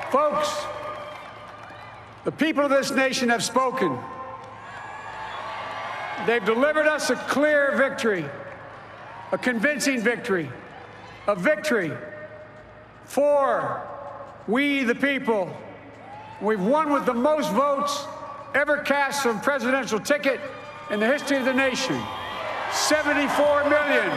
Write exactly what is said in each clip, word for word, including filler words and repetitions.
Folks, the people of this nation have spoken. They've delivered us a clear victory, a convincing victory, a victory for we the people. We've won with the most votes ever cast on a presidential ticket in the history of the nation. seventy-four million.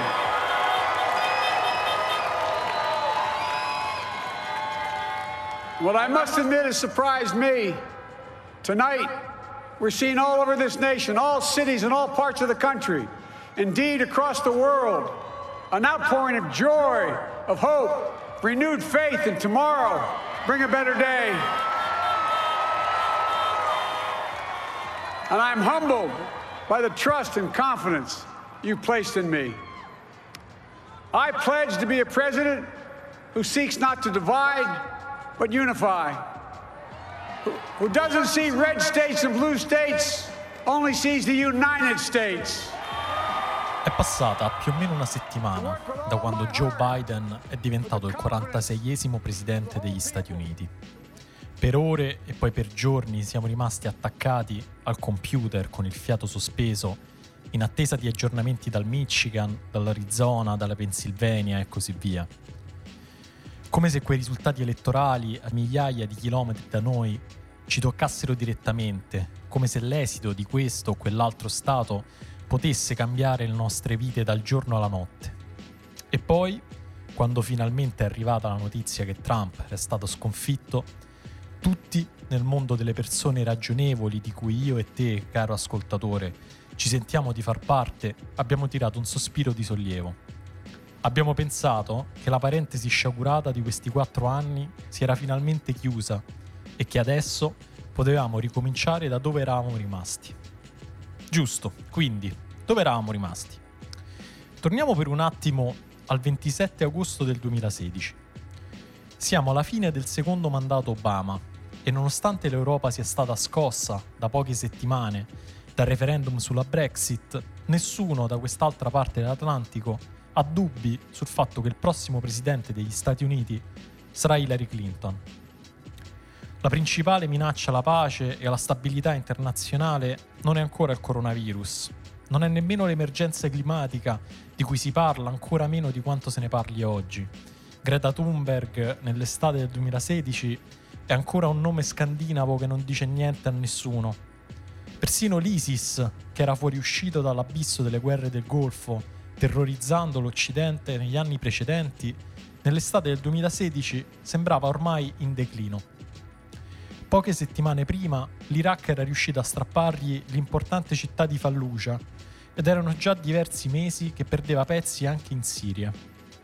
What I must admit has surprised me. Tonight, we're seeing all over this nation, all cities and all parts of the country, indeed across the world, an outpouring of joy, of hope, renewed faith in tomorrow, bring a better day. And I'm humbled by the trust and confidence you've placed in me. I pledge to be a president who seeks not to divide, but unify, who, who doesn't see red states and blue states, only sees the United States. È passata più o meno una settimana da quando Joe Biden è diventato il quarantaseiesimo presidente degli Stati Uniti. Per ore e poi per giorni siamo rimasti attaccati al computer con il fiato sospeso, in attesa di aggiornamenti dal Michigan, dall'Arizona, dalla Pennsylvania e così via. Come se quei risultati elettorali a migliaia di chilometri da noi ci toccassero direttamente, come se l'esito di questo o quell'altro stato potesse cambiare le nostre vite dal giorno alla notte. E poi, quando finalmente è arrivata la notizia che Trump è stato sconfitto, tutti nel mondo delle persone ragionevoli di cui io e te, caro ascoltatore, ci sentiamo di far parte, abbiamo tirato un sospiro di sollievo. Abbiamo pensato che la parentesi sciagurata di questi quattro anni si era finalmente chiusa e che adesso potevamo ricominciare da dove eravamo rimasti. Giusto, quindi, dove eravamo rimasti? Torniamo per un attimo al ventisette agosto del duemilasedici. Siamo alla fine del secondo mandato Obama e nonostante l'Europa sia stata scossa da poche settimane dal referendum sulla Brexit, nessuno da quest'altra parte dell'Atlantico ha dubbi sul fatto che il prossimo presidente degli Stati Uniti sarà Hillary Clinton. La principale minaccia alla pace e alla stabilità internazionale non è ancora il coronavirus, non è nemmeno l'emergenza climatica di cui si parla ancora meno di quanto se ne parli oggi. Greta Thunberg nell'estate del duemilasedici è ancora un nome scandinavo che non dice niente a nessuno. Persino l'ISIS, che era fuoriuscito dall'abisso delle guerre del Golfo, terrorizzando l'Occidente negli anni precedenti, nell'estate del duemilasedici sembrava ormai in declino. Poche settimane prima, l'Iraq era riuscito a strappargli l'importante città di Fallujah ed erano già diversi mesi che perdeva pezzi anche in Siria.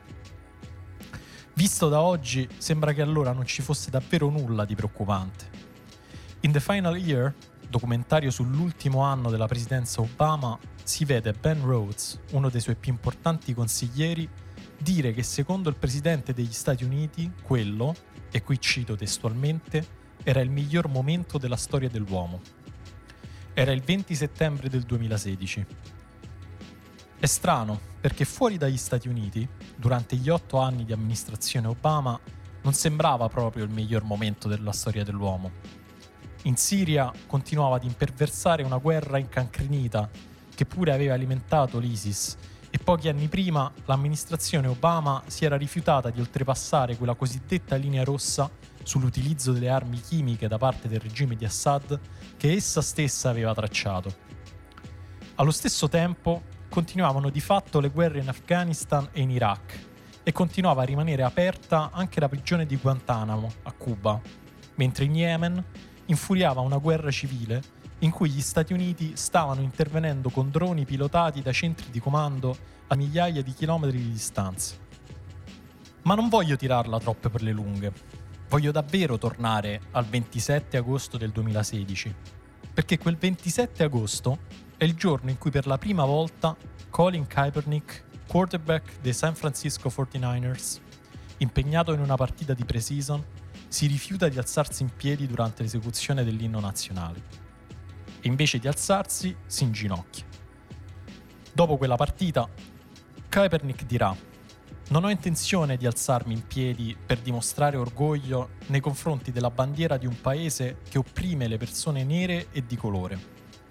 Visto da oggi, sembra che allora non ci fosse davvero nulla di preoccupante. In the Final Year, documentario sull'ultimo anno della presidenza Obama, si vede Ben Rhodes, uno dei suoi più importanti consiglieri, dire che secondo il presidente degli Stati Uniti, quello, e qui cito testualmente, era il miglior momento della storia dell'uomo. Era il venti settembre del duemilasedici. È strano, perché fuori dagli Stati Uniti, durante gli otto anni di amministrazione Obama, non sembrava proprio il miglior momento della storia dell'uomo. In Siria continuava ad imperversare una guerra incancrenita che pure aveva alimentato l'ISIS e pochi anni prima l'amministrazione Obama si era rifiutata di oltrepassare quella cosiddetta linea rossa sull'utilizzo delle armi chimiche da parte del regime di Assad che essa stessa aveva tracciato. Allo stesso tempo continuavano di fatto le guerre in Afghanistan e in Iraq e continuava a rimanere aperta anche la prigione di Guantanamo a Cuba, mentre in Yemen infuriava una guerra civile in cui gli Stati Uniti stavano intervenendo con droni pilotati da centri di comando a migliaia di chilometri di distanza. Ma non voglio tirarla troppo per le lunghe. Voglio davvero tornare al ventisette agosto del duemilasedici, perché quel ventisette agosto è il giorno in cui per la prima volta Colin Kaepernick, quarterback dei San Francisco quarantanovers, impegnato in una partita di pre-season, si rifiuta di alzarsi in piedi durante l'esecuzione dell'inno nazionale. E invece di alzarsi, si inginocchia. Dopo quella partita, Kaepernick dirà: Non ho intenzione di alzarmi in piedi per dimostrare orgoglio nei confronti della bandiera di un paese che opprime le persone nere e di colore.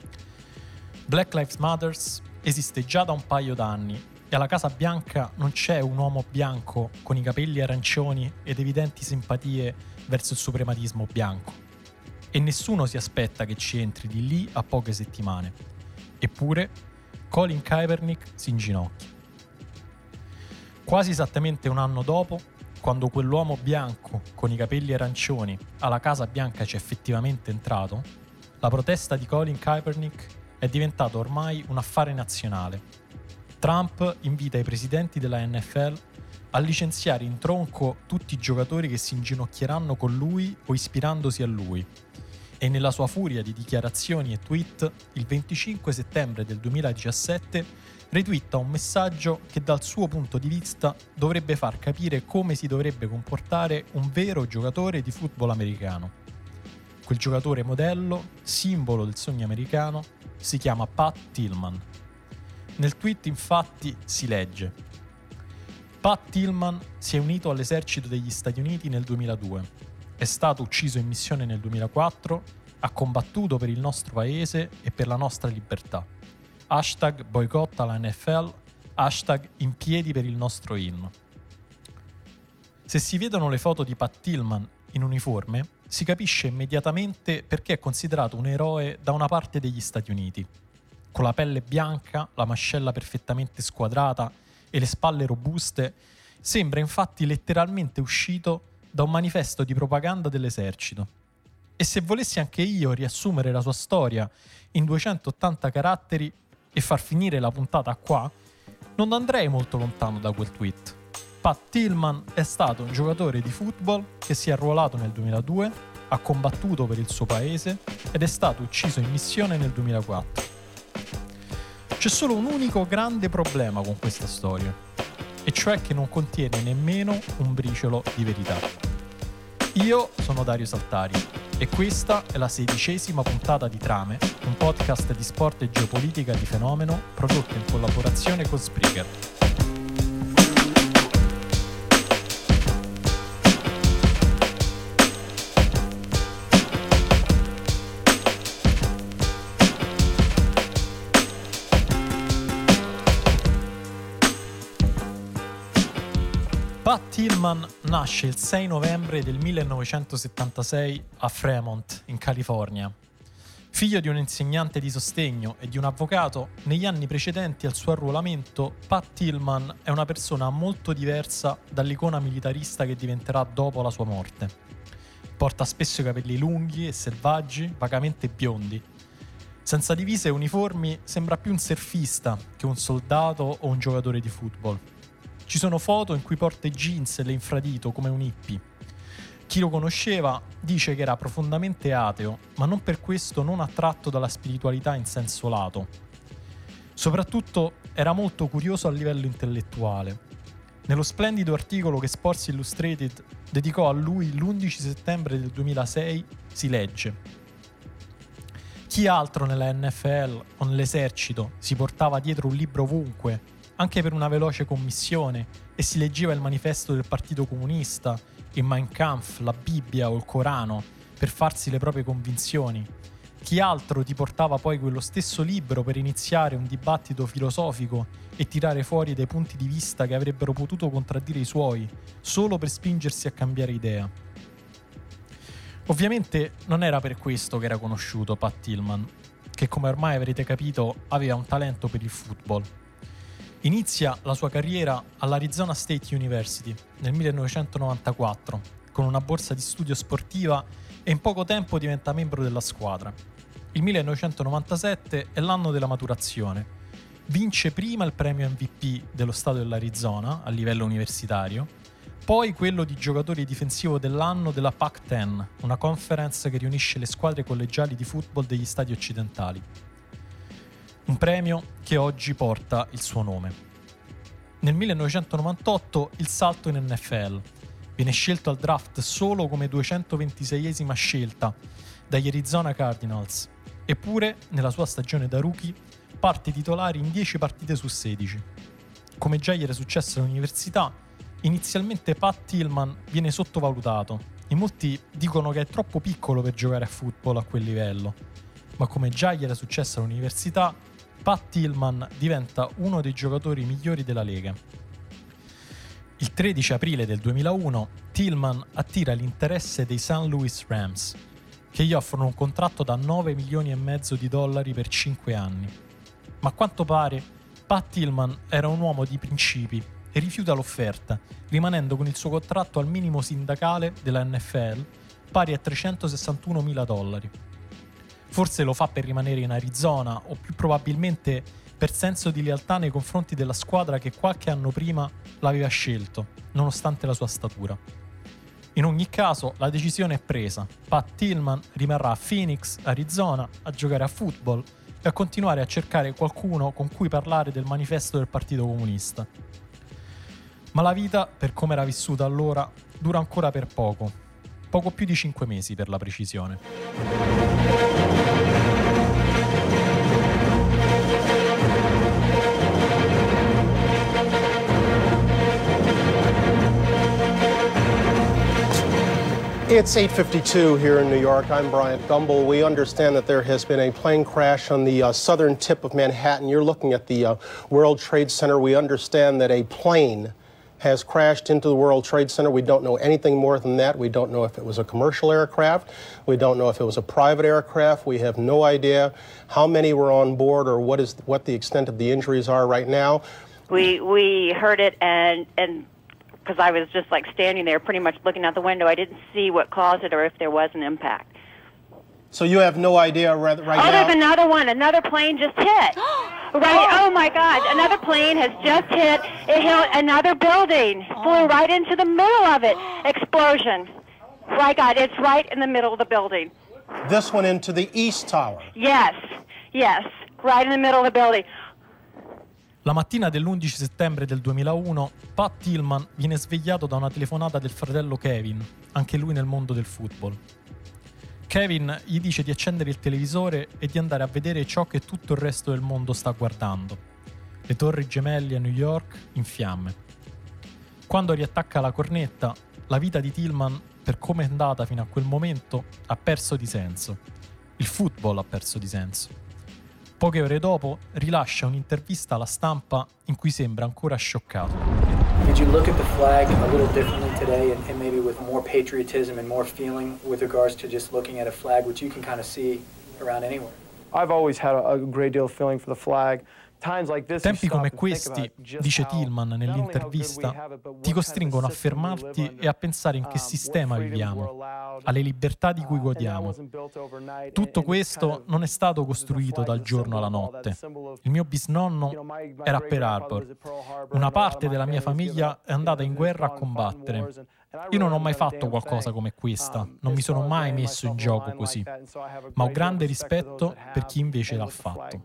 Black Lives Matter esiste già da un paio d'anni e alla Casa Bianca non c'è un uomo bianco con i capelli arancioni ed evidenti simpatie verso il suprematismo bianco. E nessuno si aspetta che ci entri di lì a poche settimane. Eppure, Colin Kaepernick si inginocchia. Quasi esattamente un anno dopo, quando quell'uomo bianco con i capelli arancioni alla Casa Bianca c'è effettivamente entrato, la protesta di Colin Kaepernick è diventata ormai un affare nazionale. Trump invita i presidenti della N F L a licenziare in tronco tutti i giocatori che si inginocchieranno con lui o ispirandosi a lui. E nella sua furia di dichiarazioni e tweet, il venticinque settembre del duemiladiciassette retwitta un messaggio che dal suo punto di vista dovrebbe far capire come si dovrebbe comportare un vero giocatore di football americano. Quel giocatore modello, simbolo del sogno americano, si chiama Pat Tillman. Nel tweet infatti si legge: Pat Tillman si è unito all'esercito degli Stati Uniti nel duemiladue, è stato ucciso in missione nel duemilaquattro, ha combattuto per il nostro paese e per la nostra libertà. Hashtag boicotta la N F L, hashtag in piedi per il nostro inno. Se si vedono le foto di Pat Tillman in uniforme, si capisce immediatamente perché è considerato un eroe da una parte degli Stati Uniti. Con la pelle bianca, la mascella perfettamente squadrata e le spalle robuste, sembra infatti letteralmente uscito da un manifesto di propaganda dell'esercito. E se volessi anche io riassumere la sua storia in duecentottanta caratteri e far finire la puntata qua, non andrei molto lontano da quel tweet. Pat Tillman è stato un giocatore di football che si è arruolato nel duemiladue, ha combattuto per il suo paese ed è stato ucciso in missione nel duemilaquattro. C'è solo un unico grande problema con questa storia, e cioè che non contiene nemmeno un briciolo di verità. Io sono Dario Saltari e questa è la sedicesima puntata di Trame, un podcast di sport e geopolitica di Fenomeno prodotto in collaborazione con Spreaker. Pat Tillman nasce il sei novembre del millenovecentosettantasei a Fremont, in California. Figlio di un insegnante di sostegno e di un avvocato, negli anni precedenti al suo arruolamento, Pat Tillman è una persona molto diversa dall'icona militarista che diventerà dopo la sua morte. Porta spesso i capelli lunghi e selvaggi, vagamente biondi. Senza divise e uniformi sembra più un surfista che un soldato o un giocatore di football. Ci sono foto in cui porta i jeans e le infradito come un hippie. Chi lo conosceva dice che era profondamente ateo, ma non per questo non attratto dalla spiritualità in senso lato. Soprattutto era molto curioso a livello intellettuale. Nello splendido articolo che Sports Illustrated dedicò a lui l'undici settembre del duemilasei si legge: chi altro nella N F L o nell'esercito si portava dietro un libro ovunque, anche per una veloce commissione, e si leggeva il manifesto del Partito Comunista, il Mein Kampf, la Bibbia o il Corano per farsi le proprie convinzioni? Chi altro ti portava poi quello stesso libro per iniziare un dibattito filosofico e tirare fuori dei punti di vista che avrebbero potuto contraddire i suoi, solo per spingersi a cambiare idea? Ovviamente non era per questo che era conosciuto Pat Tillman, che come ormai avrete capito aveva un talento per il football. Inizia la sua carriera all'Arizona State University nel millenovecentonovantaquattro con una borsa di studio sportiva e in poco tempo diventa membro della squadra. Il millenovecentonovantasette è l'anno della maturazione. Vince prima il premio M V P dello stato dell'Arizona a livello universitario, poi quello di giocatore difensivo dell'anno della Pac dieci, una conference che riunisce le squadre collegiali di football degli stati occidentali. Un premio che oggi porta il suo nome. Nel millenovecentonovantotto il salto in N F L. Viene scelto al draft solo come duecentoventiseiesima scelta dagli Arizona Cardinals, eppure nella sua stagione da rookie parte titolare in dieci partite su sedici. Come già gli era successo all'università, inizialmente Pat Tillman viene sottovalutato e molti dicono che è troppo piccolo per giocare a football a quel livello, ma come già gli era successo all'università, Pat Tillman diventa uno dei giocatori migliori della Lega. Il tredici aprile del duemilauno Tillman attira l'interesse dei Saint Louis Rams, che gli offrono un contratto da nove milioni e mezzo di dollari per cinque anni. Ma a quanto pare Pat Tillman era un uomo di principi e rifiuta l'offerta, rimanendo con il suo contratto al minimo sindacale della N F L, pari a trecentosessantunomila dollari. Forse lo fa per rimanere in Arizona o più probabilmente per senso di lealtà nei confronti della squadra che qualche anno prima l'aveva scelto, nonostante la sua statura. In ogni caso, la decisione è presa. Pat Tillman rimarrà a Phoenix, Arizona, a giocare a football e a continuare a cercare qualcuno con cui parlare del manifesto del Partito Comunista. Ma la vita, per come era vissuta allora, dura ancora per poco. Poco più di cinque mesi per la precisione. It's eight fifty-two here in New York. I'm Bryant Gumbel. We understand that there has been a plane crash on the uh, southern tip of Manhattan. You're looking at the uh, World Trade Center. We understand that a plane has crashed into the World Trade Center. We don't know anything more than that. We don't know if it was a commercial aircraft. We don't know if it was a private aircraft. We have no idea how many were on board or what is what the extent of the injuries are right now. We we heard it and and because I was just like standing there pretty much looking out the window. I didn't see what caused it or if there was an impact. So you have no idea right, right oh, now? Oh, there's another one. Another plane just hit. Right, oh my God, another plane has just hit. It hit another building, flew right into the middle of it. Explosion. My God, it's right in the middle of the building. This one into the East Tower? Yes, yes, right in the middle of the building. La mattina dell'undici settembre del duemilauno, Pat Tillman viene svegliato da una telefonata del fratello Kevin, anche lui nel mondo del football. Kevin gli dice di accendere il televisore e di andare a vedere ciò che tutto il resto del mondo sta guardando: le torri gemelli a New York in fiamme. Quando riattacca la cornetta, la vita di Tillman, per come è andata fino a quel momento, ha perso di senso. Il football ha perso di senso. Poche ore dopo rilascia un'intervista alla stampa in cui sembra ancora scioccato. Did you look at the flag a little differently today and, and maybe with more patriotism and more feeling with regards to just looking at a flag which you can kind of see around anywhere? I've always had a, a great deal of feeling for the flag. Tempi come questi, dice Tillman nell'intervista, ti costringono a fermarti e a pensare in che sistema viviamo, alle libertà di cui godiamo. Tutto questo non è stato costruito dal giorno alla notte. Il mio bisnonno era a Pearl Harbor. Una parte della mia famiglia è andata in guerra a combattere. Io non ho mai fatto qualcosa come questa, non mi sono mai messo in gioco così, ma ho grande rispetto per chi invece l'ha fatto.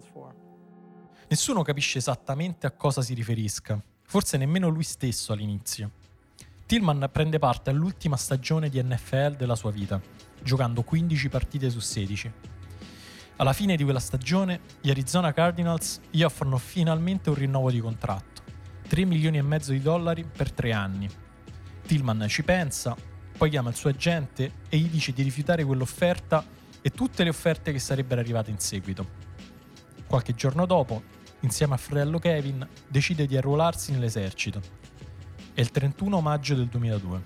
Nessuno capisce esattamente a cosa si riferisca, forse nemmeno lui stesso all'inizio. Tillman prende parte all'ultima stagione di N F L della sua vita, giocando quindici partite su sedici. Alla fine di quella stagione, gli Arizona Cardinals gli offrono finalmente un rinnovo di contratto, tre milioni e mezzo di dollari per tre anni. Tillman ci pensa, poi chiama il suo agente e gli dice di rifiutare quell'offerta e tutte le offerte che sarebbero arrivate in seguito. Qualche giorno dopo, insieme a fratello Kevin, decide di arruolarsi nell'esercito. È il trentuno maggio del duemiladue.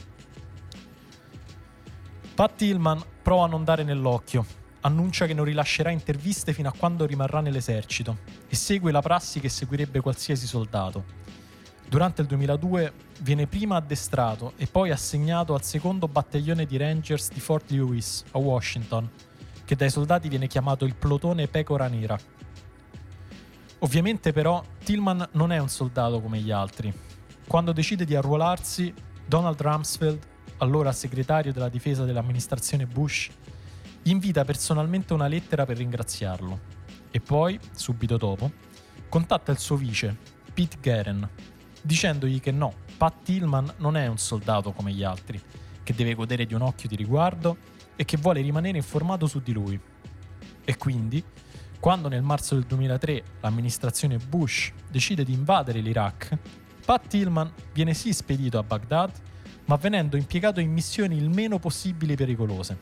Pat Tillman prova a non dare nell'occhio, annuncia che non rilascerà interviste fino a quando rimarrà nell'esercito e segue la prassi che seguirebbe qualsiasi soldato. Durante il duemiladue viene prima addestrato e poi assegnato al secondo battaglione di Rangers di Fort Lewis, a Washington, che dai soldati viene chiamato il plotone Pecora Nera. Ovviamente però Tillman non è un soldato come gli altri. Quando decide di arruolarsi, Donald Rumsfeld, allora segretario della difesa dell'amministrazione Bush, gli invita personalmente una lettera per ringraziarlo e poi, subito dopo, contatta il suo vice, Pete Guerin, dicendogli che no, Pat Tillman non è un soldato come gli altri, che deve godere di un occhio di riguardo e che vuole rimanere informato su di lui. E quindi, quando nel marzo del duemilatré l'amministrazione Bush decide di invadere l'Iraq, Pat Tillman viene sì spedito a Baghdad, ma venendo impiegato in missioni il meno possibile pericolose.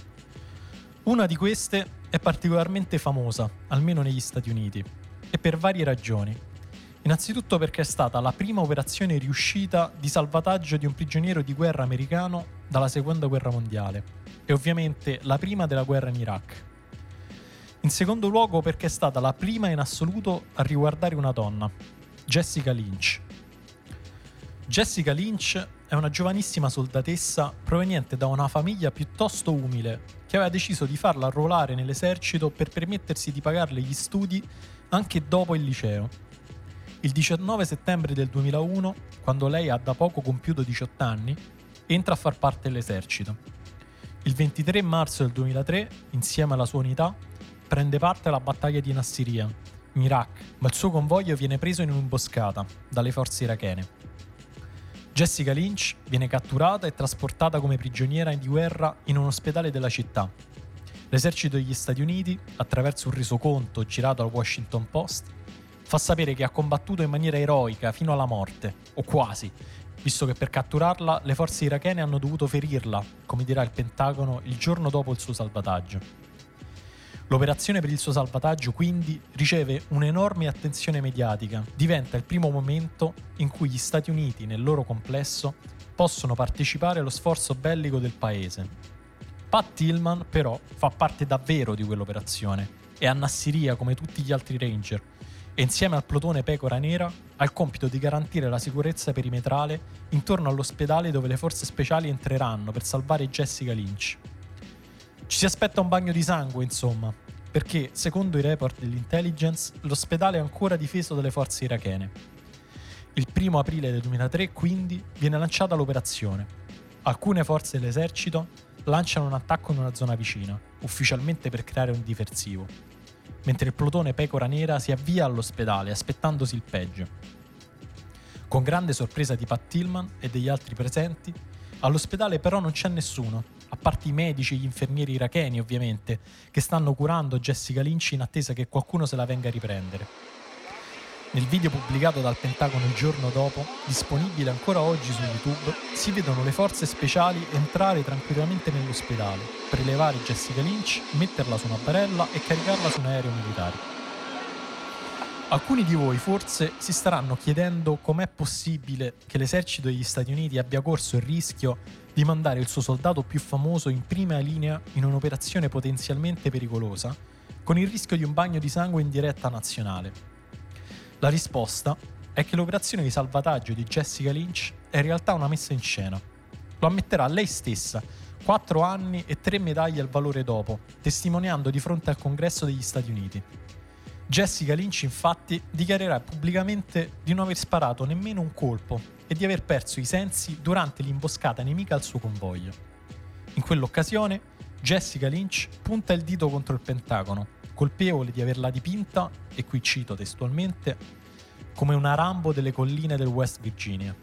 Una di queste è particolarmente famosa, almeno negli Stati Uniti, e per varie ragioni. Innanzitutto perché è stata la prima operazione riuscita di salvataggio di un prigioniero di guerra americano dalla Seconda Guerra Mondiale, e ovviamente la prima della guerra in Iraq. In secondo luogo perché è stata la prima in assoluto a riguardare una donna, Jessica Lynch. Jessica Lynch è una giovanissima soldatessa proveniente da una famiglia piuttosto umile che aveva deciso di farla arruolare nell'esercito per permettersi di pagarle gli studi anche dopo il liceo. Il diciannove settembre del duemilauno, quando lei ha da poco compiuto diciotto anni, entra a far parte dell'esercito. Il ventitré marzo del duemilatré, insieme alla sua unità, prende parte alla battaglia di Nassiriya, in Iraq, ma il suo convoglio viene preso in un'imboscata dalle forze irachene. Jessica Lynch viene catturata e trasportata come prigioniera di guerra in un ospedale della città. L'esercito degli Stati Uniti, attraverso un resoconto girato al Washington Post, fa sapere che ha combattuto in maniera eroica fino alla morte, o quasi, visto che per catturarla le forze irachene hanno dovuto ferirla, come dirà il Pentagono, il giorno dopo il suo salvataggio. L'operazione per il suo salvataggio, quindi, riceve un'enorme attenzione mediatica, diventa il primo momento in cui gli Stati Uniti, nel loro complesso, possono partecipare allo sforzo bellico del paese. Pat Tillman, però, fa parte davvero di quell'operazione, è a Nassiriya come tutti gli altri Ranger, e insieme al plotone Pecora Nera ha il compito di garantire la sicurezza perimetrale intorno all'ospedale dove le forze speciali entreranno per salvare Jessica Lynch. Ci si aspetta un bagno di sangue, insomma, perché, secondo i report dell'intelligence, l'ospedale è ancora difeso dalle forze irachene. Il primo aprile del duemilatré, quindi, viene lanciata l'operazione. Alcune forze dell'esercito lanciano un attacco in una zona vicina, ufficialmente per creare un diversivo, mentre il plotone Pecora Nera si avvia all'ospedale, aspettandosi il peggio. Con grande sorpresa di Pat Tillman e degli altri presenti, all'ospedale però non c'è nessuno, a parte i medici e gli infermieri iracheni, ovviamente, che stanno curando Jessica Lynch in attesa che qualcuno se la venga a riprendere. Nel video pubblicato dal Pentagono il giorno dopo, disponibile ancora oggi su YouTube, si vedono le forze speciali entrare tranquillamente nell'ospedale, prelevare Jessica Lynch, metterla su una barella e caricarla su un aereo militare. Alcuni di voi forse si staranno chiedendo com'è possibile che l'esercito degli Stati Uniti abbia corso il rischio di mandare il suo soldato più famoso in prima linea in un'operazione potenzialmente pericolosa, con il rischio di un bagno di sangue in diretta nazionale. La risposta è che l'operazione di salvataggio di Jessica Lynch è in realtà una messa in scena. Lo ammetterà lei stessa, quattro anni e tre medaglie al valore dopo, testimoniando di fronte al Congresso degli Stati Uniti. Jessica Lynch, infatti, dichiarerà pubblicamente di non aver sparato nemmeno un colpo e di aver perso i sensi durante l'imboscata nemica al suo convoglio. In quell'occasione, Jessica Lynch punta il dito contro il Pentagono, colpevole di averla dipinta, e qui cito testualmente, come una Rambo delle colline del West Virginia.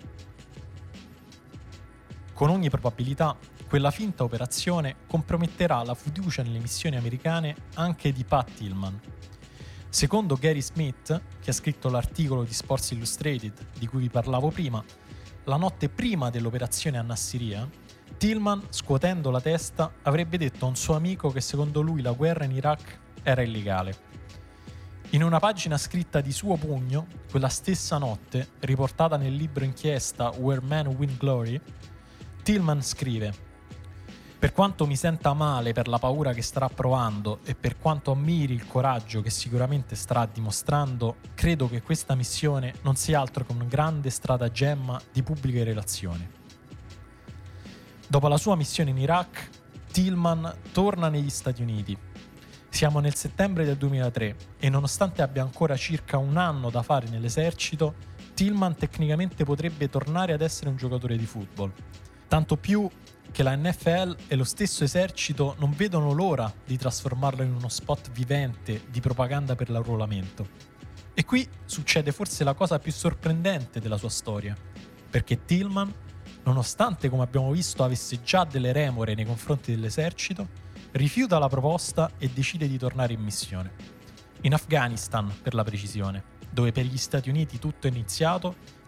Con ogni probabilità, quella finta operazione comprometterà la fiducia nelle missioni americane anche di Pat Tillman. Secondo Gary Smith, che ha scritto l'articolo di Sports Illustrated di cui vi parlavo prima, la notte prima dell'operazione a Nassiriya, Tillman, scuotendo la testa, avrebbe detto a un suo amico che secondo lui la guerra in Iraq era illegale. In una pagina scritta di suo pugno, quella stessa notte, riportata nel libro inchiesta Where Men Win Glory, Tillman scrive: per quanto mi senta male per la paura che starà provando e per quanto ammiri il coraggio che sicuramente starà dimostrando, credo che questa missione non sia altro che un grande stratagemma di pubbliche relazioni. Dopo la sua missione in Iraq, Tillman torna negli Stati Uniti. Siamo nel settembre del duemilatré e nonostante abbia ancora circa un anno da fare nell'esercito, Tillman tecnicamente potrebbe tornare ad essere un giocatore di football. Tanto più che la N F L e lo stesso esercito non vedono l'ora di trasformarlo in uno spot vivente di propaganda per l'arruolamento. E qui succede forse la cosa più sorprendente della sua storia, perché Tillman, nonostante come abbiamo visto avesse già delle remore nei confronti dell'esercito, rifiuta la proposta e decide di tornare in missione. In Afghanistan, per la precisione, dove per gli Stati Uniti tutto è iniziato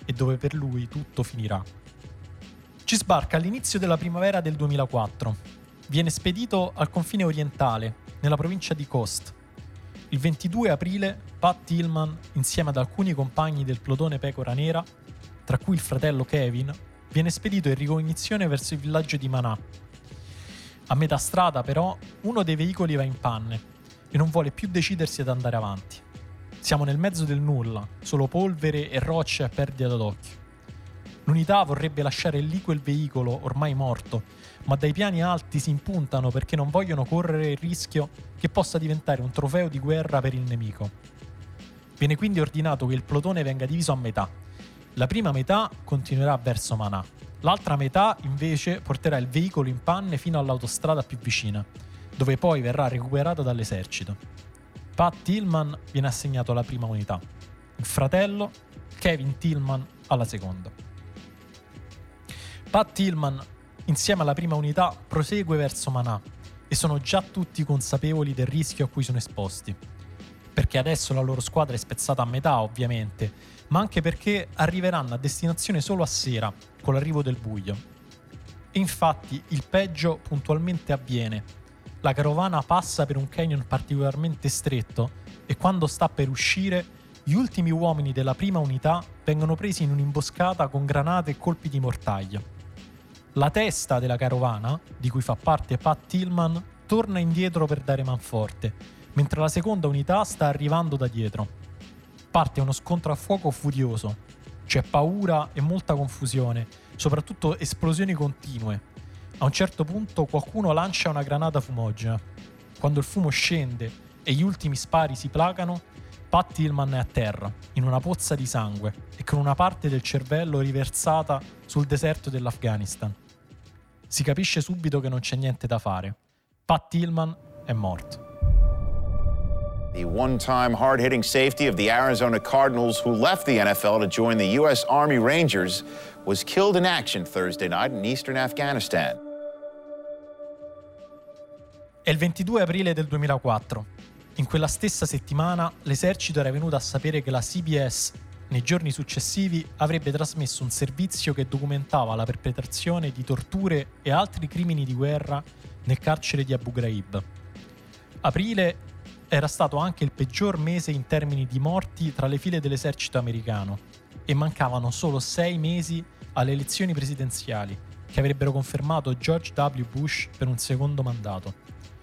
e dove per lui tutto finirà. Ci sbarca all'inizio della primavera del duemilaquattro. Viene spedito al confine orientale, nella provincia di Khost. Il ventidue aprile Pat Tillman, insieme ad alcuni compagni del plotone Pecora Nera, tra cui il fratello Kevin, viene spedito in ricognizione verso il villaggio di Manà. A metà strada, però, uno dei veicoli va in panne e non vuole più decidersi ad andare avanti. Siamo nel mezzo del nulla, solo polvere e rocce a perdita d'occhio. L'unità vorrebbe lasciare lì quel veicolo ormai morto, ma dai piani alti si impuntano perché non vogliono correre il rischio che possa diventare un trofeo di guerra per il nemico. Viene quindi ordinato che il plotone venga diviso a metà. La prima metà continuerà verso Manà, l'altra metà invece porterà il veicolo in panne fino all'autostrada più vicina, dove poi verrà recuperato dall'esercito. Pat Tillman viene assegnato alla prima unità, il fratello Kevin Tillman alla seconda. Pat Tillman, insieme alla prima unità, prosegue verso Manà e sono già tutti consapevoli del rischio a cui sono esposti, perché adesso la loro squadra è spezzata a metà, ovviamente, ma anche perché arriveranno a destinazione solo a sera, con l'arrivo del buio. E infatti il peggio puntualmente avviene. La carovana passa per un canyon particolarmente stretto e quando sta per uscire, gli ultimi uomini della prima unità vengono presi in un'imboscata con granate e colpi di mortaio. La testa della carovana, di cui fa parte Pat Tillman, torna indietro per dare manforte, mentre la seconda unità sta arrivando da dietro. Parte uno scontro a fuoco furioso. C'è paura e molta confusione, soprattutto esplosioni continue. A un certo punto qualcuno lancia una granata fumogena. Quando il fumo scende e gli ultimi spari si placano, Pat Tillman è a terra, in una pozza di sangue e con una parte del cervello riversata sul deserto dell'Afghanistan. Si capisce subito che non c'è niente da fare. Pat Tillman è morto. The one-time hard-hitting safety of the Arizona Cardinals, who left the N F L to join the U S Army Rangers, was killed in action Thursday night in eastern Afghanistan. È il ventidue aprile del duemilaquattro. In quella stessa settimana l'esercito era venuto a sapere che la C B S, nei giorni successivi, avrebbe trasmesso un servizio che documentava la perpetrazione di torture e altri crimini di guerra nel carcere di Abu Ghraib. Aprile era stato anche il peggior mese in termini di morti tra le file dell'esercito americano e mancavano solo sei mesi alle elezioni presidenziali che avrebbero confermato George W. Bush per un secondo mandato.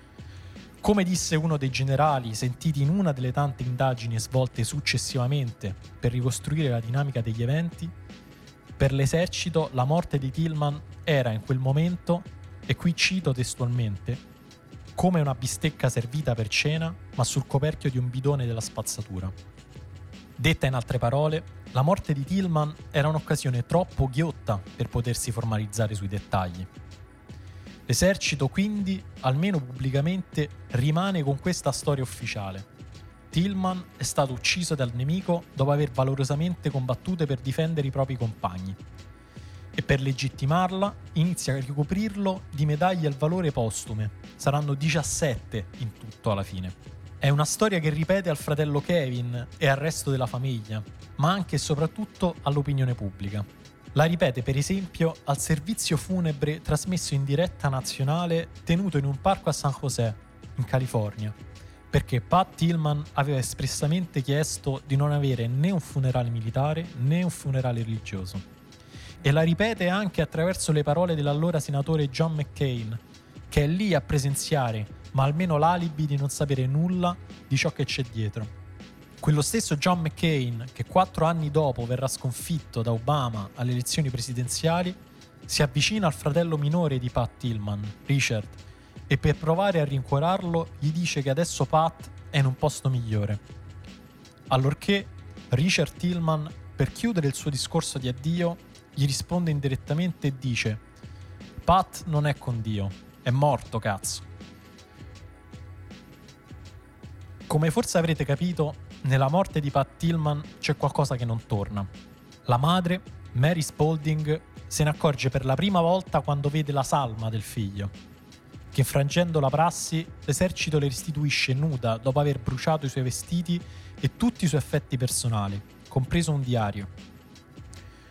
Come disse uno dei generali sentiti in una delle tante indagini svolte successivamente per ricostruire la dinamica degli eventi, per l'esercito la morte di Tillman era in quel momento, e qui cito testualmente, come una bistecca servita per cena, ma sul coperchio di un bidone della spazzatura. Detta in altre parole, la morte di Tillman era un'occasione troppo ghiotta per potersi formalizzare sui dettagli. L'esercito quindi, almeno pubblicamente, rimane con questa storia ufficiale. Tillman è stato ucciso dal nemico dopo aver valorosamente combattuto per difendere i propri compagni. E per legittimarla inizia a ricoprirlo di medaglie al valore postume. Saranno diciassette in tutto alla fine. È una storia che ripete al fratello Kevin e al resto della famiglia, ma anche e soprattutto all'opinione pubblica. La ripete per esempio al servizio funebre trasmesso in diretta nazionale tenuto in un parco a San José, in California, perché Pat Tillman aveva espressamente chiesto di non avere né un funerale militare né un funerale religioso. E la ripete anche attraverso le parole dell'allora senatore John McCain, che è lì a presenziare, ma almeno l'alibi di non sapere nulla di ciò che c'è dietro. Quello stesso John McCain, che quattro anni dopo verrà sconfitto da Obama alle elezioni presidenziali, si avvicina al fratello minore di Pat Tillman, Richard, e per provare a rincuorarlo gli dice che adesso Pat è in un posto migliore. Allorché Richard Tillman, per chiudere il suo discorso di addio, gli risponde indirettamente e dice: Pat non è con Dio, è morto, cazzo. Come forse avrete capito, nella morte di Pat Tillman c'è qualcosa che non torna. La madre, Mary Spalding, se ne accorge per la prima volta quando vede la salma del figlio, che infrangendo la prassi l'esercito le restituisce nuda dopo aver bruciato i suoi vestiti e tutti i suoi effetti personali, compreso un diario.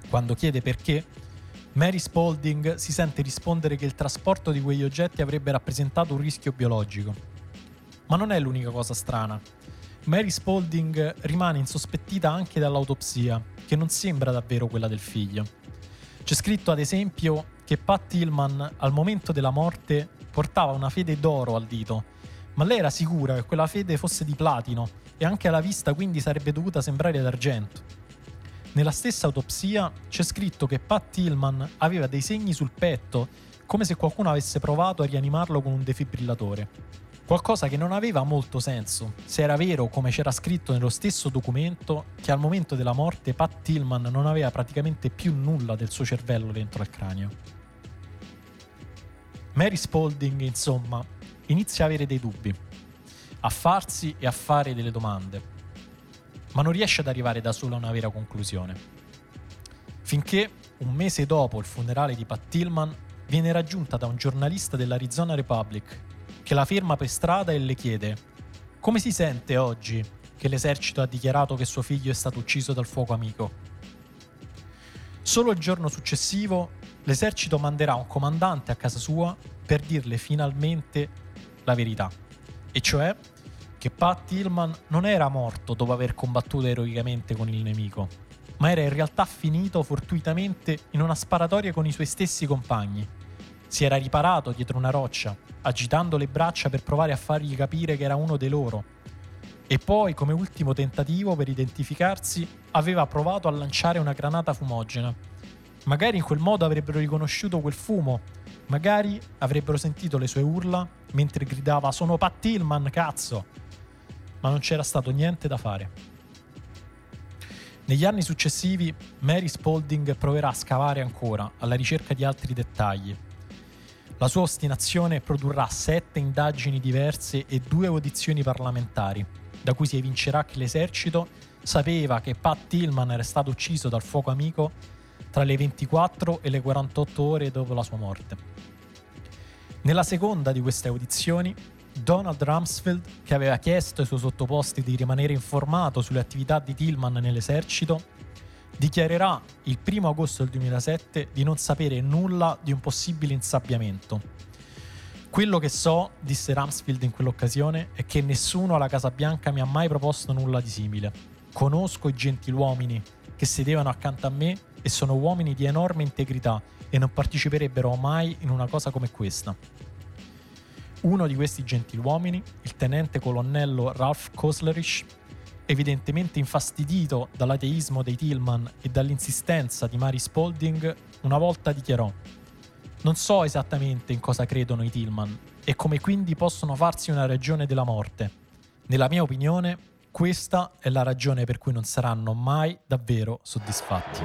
Quando chiede perché, Mary Spalding si sente rispondere che il trasporto di quegli oggetti avrebbe rappresentato un rischio biologico. Ma non è l'unica cosa strana. Mary Spalding rimane insospettita anche dall'autopsia, che non sembra davvero quella del figlio. C'è scritto ad esempio che Pat Tillman al momento della morte portava una fede d'oro al dito, ma lei era sicura che quella fede fosse di platino e anche alla vista quindi sarebbe dovuta sembrare d'argento. Nella stessa autopsia c'è scritto che Pat Tillman aveva dei segni sul petto, come se qualcuno avesse provato a rianimarlo con un defibrillatore. Qualcosa che non aveva molto senso, se era vero, come c'era scritto nello stesso documento, che al momento della morte Pat Tillman non aveva praticamente più nulla del suo cervello dentro al cranio. Mary Spalding, insomma, inizia a avere dei dubbi, a farsi e a fare delle domande, ma non riesce ad arrivare da sola a una vera conclusione. Finché, un mese dopo il funerale di Pat Tillman, viene raggiunta da un giornalista dell'Arizona Republic che la ferma per strada e le chiede: come si sente oggi che l'esercito ha dichiarato che suo figlio è stato ucciso dal fuoco amico? Solo il giorno successivo l'esercito manderà un comandante a casa sua per dirle finalmente la verità, e cioè che Pat Tillman non era morto dopo aver combattuto eroicamente con il nemico, ma era in realtà finito fortuitamente in una sparatoria con i suoi stessi compagni. Si era riparato dietro una roccia, agitando le braccia per provare a fargli capire che era uno dei loro. E poi, come ultimo tentativo per identificarsi, aveva provato a lanciare una granata fumogena. Magari in quel modo avrebbero riconosciuto quel fumo, magari avrebbero sentito le sue urla mentre gridava «Sono Pat Tillman, cazzo!». Ma non c'era stato niente da fare. Negli anni successivi, Mary Spalding proverà a scavare ancora, alla ricerca di altri dettagli. La sua ostinazione produrrà sette indagini diverse e due audizioni parlamentari, da cui si evincerà che l'esercito sapeva che Pat Tillman era stato ucciso dal fuoco amico tra le ventiquattro e le quarantotto ore dopo la sua morte. Nella seconda di queste audizioni, Donald Rumsfeld, che aveva chiesto ai suoi sottoposti di rimanere informato sulle attività di Tillman nell'esercito, dichiarerà il primo agosto del duemilasette di non sapere nulla di un possibile insabbiamento. Quello che so, disse Rumsfeld in quell'occasione, è che nessuno alla Casa Bianca mi ha mai proposto nulla di simile. Conosco i gentiluomini che sedevano accanto a me e sono uomini di enorme integrità e non parteciperebbero mai in una cosa come questa. Uno di questi gentiluomini, il tenente colonnello Ralph Koslerich, evidentemente infastidito dall'ateismo dei Tillman e dall'insistenza di Mary Spalding, una volta dichiarò: «Non so esattamente in cosa credono i Tillman e come quindi possono farsi una ragione della morte. Nella mia opinione, questa è la ragione per cui non saranno mai davvero soddisfatti».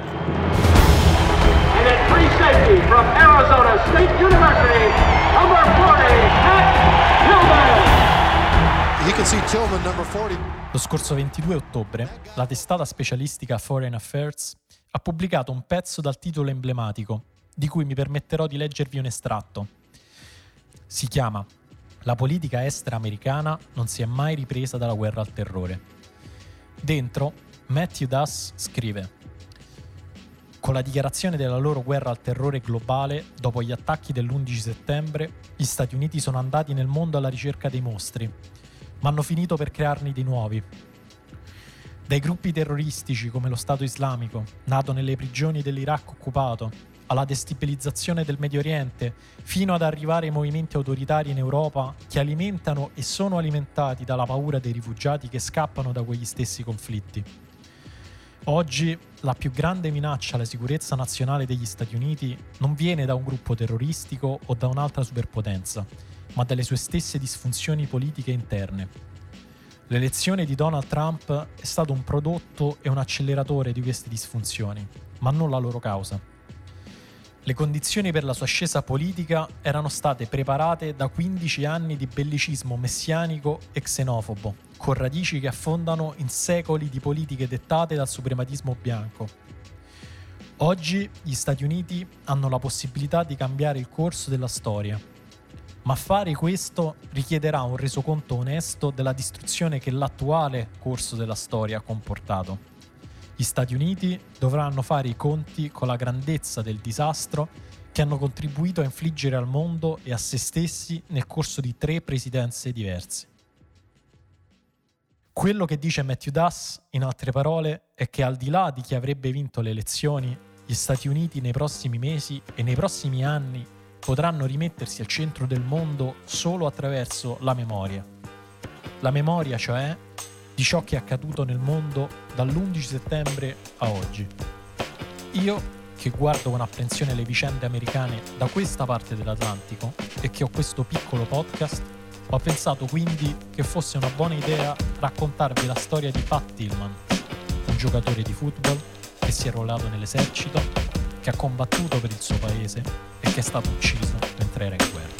And at free safety from Arizona State University, number forty, Pat Tillman. You can see Tillman, number forty. Lo scorso ventidue ottobre, la testata specialistica Foreign Affairs ha pubblicato un pezzo dal titolo emblematico, di cui mi permetterò di leggervi un estratto. Si chiama «La politica estera americana non si è mai ripresa dalla guerra al terrore». Dentro, Matthew Duss scrive: «Con la dichiarazione della loro guerra al terrore globale, dopo gli attacchi dell'undici settembre, gli Stati Uniti sono andati nel mondo alla ricerca dei mostri, ma hanno finito per crearne di nuovi. Dai gruppi terroristici come lo Stato Islamico, nato nelle prigioni dell'Iraq occupato, alla destabilizzazione del Medio Oriente, fino ad arrivare ai movimenti autoritari in Europa che alimentano e sono alimentati dalla paura dei rifugiati che scappano da quegli stessi conflitti. Oggi la più grande minaccia alla sicurezza nazionale degli Stati Uniti non viene da un gruppo terroristico o da un'altra superpotenza, ma dalle sue stesse disfunzioni politiche interne. L'elezione di Donald Trump è stato un prodotto e un acceleratore di queste disfunzioni, ma non la loro causa. Le condizioni per la sua ascesa politica erano state preparate da quindici anni di bellicismo messianico e xenofobo, con radici che affondano in secoli di politiche dettate dal suprematismo bianco. Oggi gli Stati Uniti hanno la possibilità di cambiare il corso della storia, ma fare questo richiederà un resoconto onesto della distruzione che l'attuale corso della storia ha comportato. Gli Stati Uniti dovranno fare i conti con la grandezza del disastro che hanno contribuito a infliggere al mondo e a se stessi nel corso di tre presidenze diverse. Quello che dice Matthew Duss, in altre parole, è che al di là di chi avrebbe vinto le elezioni, gli Stati Uniti nei prossimi mesi e nei prossimi anni potranno rimettersi al centro del mondo solo attraverso la memoria. La memoria, cioè, di ciò che è accaduto nel mondo dall'undici settembre a oggi. Io, che guardo con apprensione le vicende americane da questa parte dell'Atlantico e che ho questo piccolo podcast, ho pensato quindi che fosse una buona idea raccontarvi la storia di Pat Tillman, un giocatore di football che si è arruolato nell'esercito, che ha combattuto per il suo paese e che è stato ucciso mentre era in guerra.